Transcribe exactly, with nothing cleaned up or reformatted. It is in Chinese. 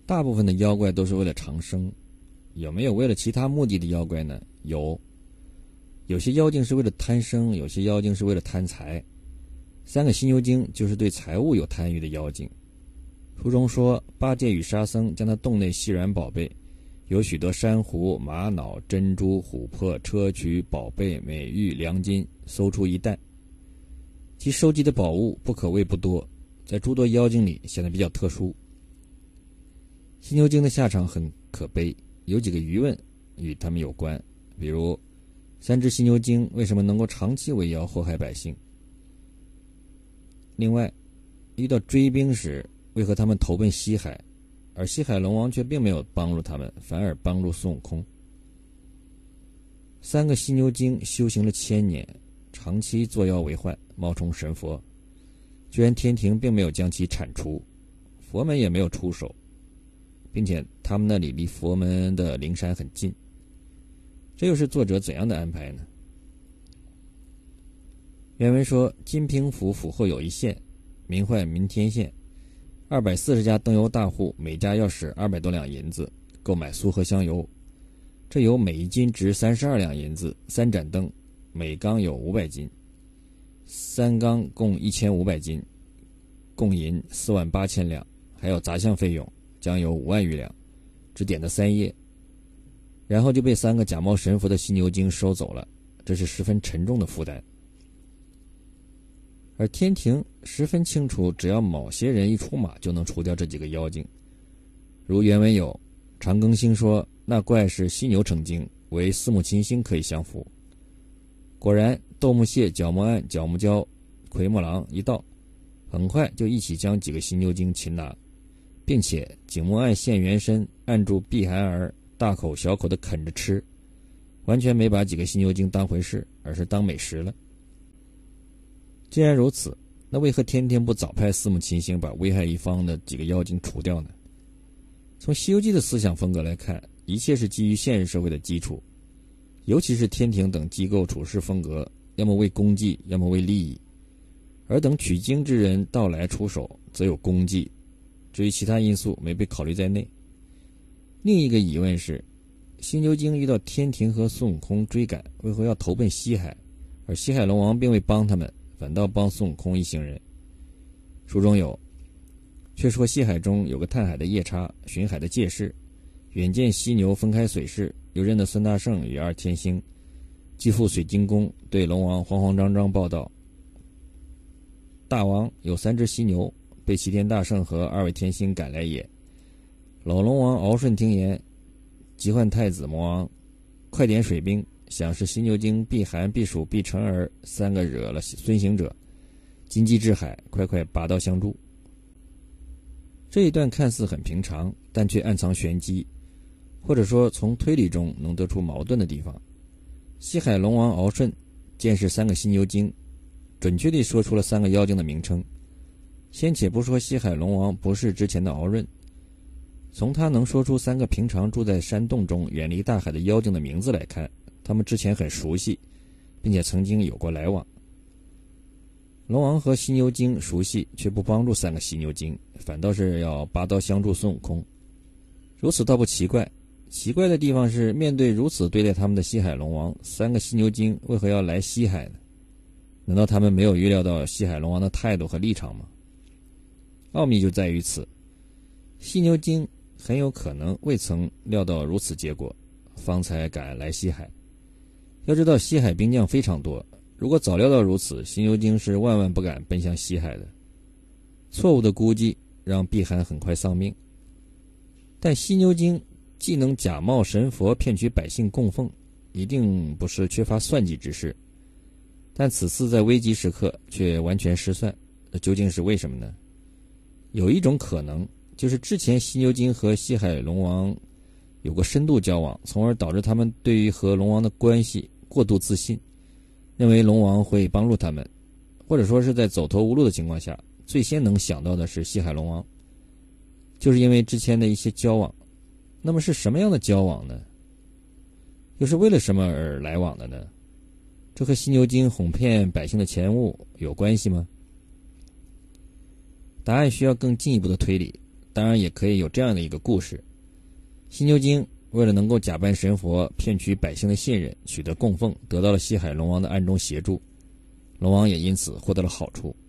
大部分的妖怪都是为了长生，有没有为了其他目的的妖怪呢？有，有些妖精是为了贪生，有些妖精是为了贪财。三个犀牛精就是对财物有贪欲的妖精。书中说，八戒与沙僧将他洞内稀软宝贝，有许多珊瑚、玛瑙、珍珠、琥珀、砗磲、宝贝、美玉、良金，搜出一袋。其收集的宝物不可谓不多，在诸多妖精里显得比较特殊。犀牛精的下场很可悲，有几个疑问与他们有关，比如三只犀牛精为什么能够长期为妖祸害百姓？另外，遇到追兵时，为何他们投奔西海，而西海龙王却并没有帮助他们，反而帮助孙悟空？三个犀牛精修行了千年，长期作妖为患，冒充神佛，居然天庭并没有将其铲除，佛门也没有出手，并且他们那里离佛门的灵山很近，这又是作者怎样的安排呢？原文说，金平府府后有一县，名唤民天县，二百四十家灯油大户，每家要使二百多两银子购买酥和香油。这油每一斤值三十二两银子，三盏灯每缸有五百斤，三缸共一千五百斤，共银四万八千两，还有杂项费用，将有五万余两，只点了三夜，然后就被三个假冒神佛的犀牛精收走了，这是十分沉重的负担。而天庭十分清楚，只要某些人一出马，就能除掉这几个妖精。如原文有，长庚星说，那怪是犀牛成精，为四目琴星可以降服。果然，斗木蟹、角木案、角木蛟、奎木狼一到，很快就一起将几个犀牛精擒拿，并且景木案现原身，按住碧孩儿，大口小口地啃着吃，完全没把几个犀牛精当回事，而是当美食了。既然如此，那为何天庭不早派四目琴星把危害一方的几个妖精除掉呢？从《西游记》的思想风格来看，一切是基于现实社会的基础，尤其是天庭等机构处事风格，要么为功绩，要么为利益，而等取经之人到来出手，则有功绩，至于其他因素没被考虑在内。另一个疑问是，犀牛精遇到天庭和孙悟空追赶，为何要投奔西海，而西海龙王并未帮他们，反倒帮孙悟空一行人？书中有，却说西海中有个探海的夜叉，巡海的介事，远见犀牛分开水势，又认得孙大圣与二天星，即赴水晶宫，对龙王慌慌张张报道，大王有三只犀牛，被齐天大圣和二位天星赶来也。老龙王敖顺听言，急唤太子魔王，快点水兵，想是犀牛精避寒避暑避尘儿三个惹了孙行者，今既至海，快快拔刀相助。这一段看似很平常，但却暗藏玄机，或者说从推理中能得出矛盾的地方。西海龙王敖顺见是三个犀牛精，准确地说出了三个妖精的名称。先且不说西海龙王不是之前的敖润，从他能说出三个平常住在山洞中远离大海的妖精的名字来看，他们之前很熟悉，并且曾经有过来往。龙王和犀牛精熟悉，却不帮助三个犀牛精，反倒是要拔刀相助孙悟空。如此倒不奇怪，奇怪的地方是，面对如此对待他们的西海龙王，三个犀牛精为何要来西海呢？难道他们没有预料到西海龙王的态度和立场吗？奥秘就在于此，犀牛精很有可能未曾料到如此结果，方才赶来西海。要知道西海兵将非常多，如果早料到如此，犀牛精是万万不敢奔向西海的。错误的估计让碧寒很快丧命。但犀牛精既能假冒神佛骗取百姓供奉，一定不是缺乏算计之事。但此次在危急时刻却完全失算，这究竟是为什么呢？有一种可能，就是之前犀牛精和西海龙王有过深度交往，从而导致他们对于和龙王的关系过度自信，认为龙王会帮助他们，或者说是在走投无路的情况下，最先能想到的是西海龙王。就是因为之前的一些交往，那么是什么样的交往呢？又是为了什么而来往的呢？这和犀牛精哄骗百姓的钱物有关系吗？答案需要更进一步的推理， 当然也可以有这样的一个故事：犀牛精为了能够假扮神佛，骗取百姓的信任，取得供奉，得到了西海龙王的暗中协助，龙王也因此获得了好处。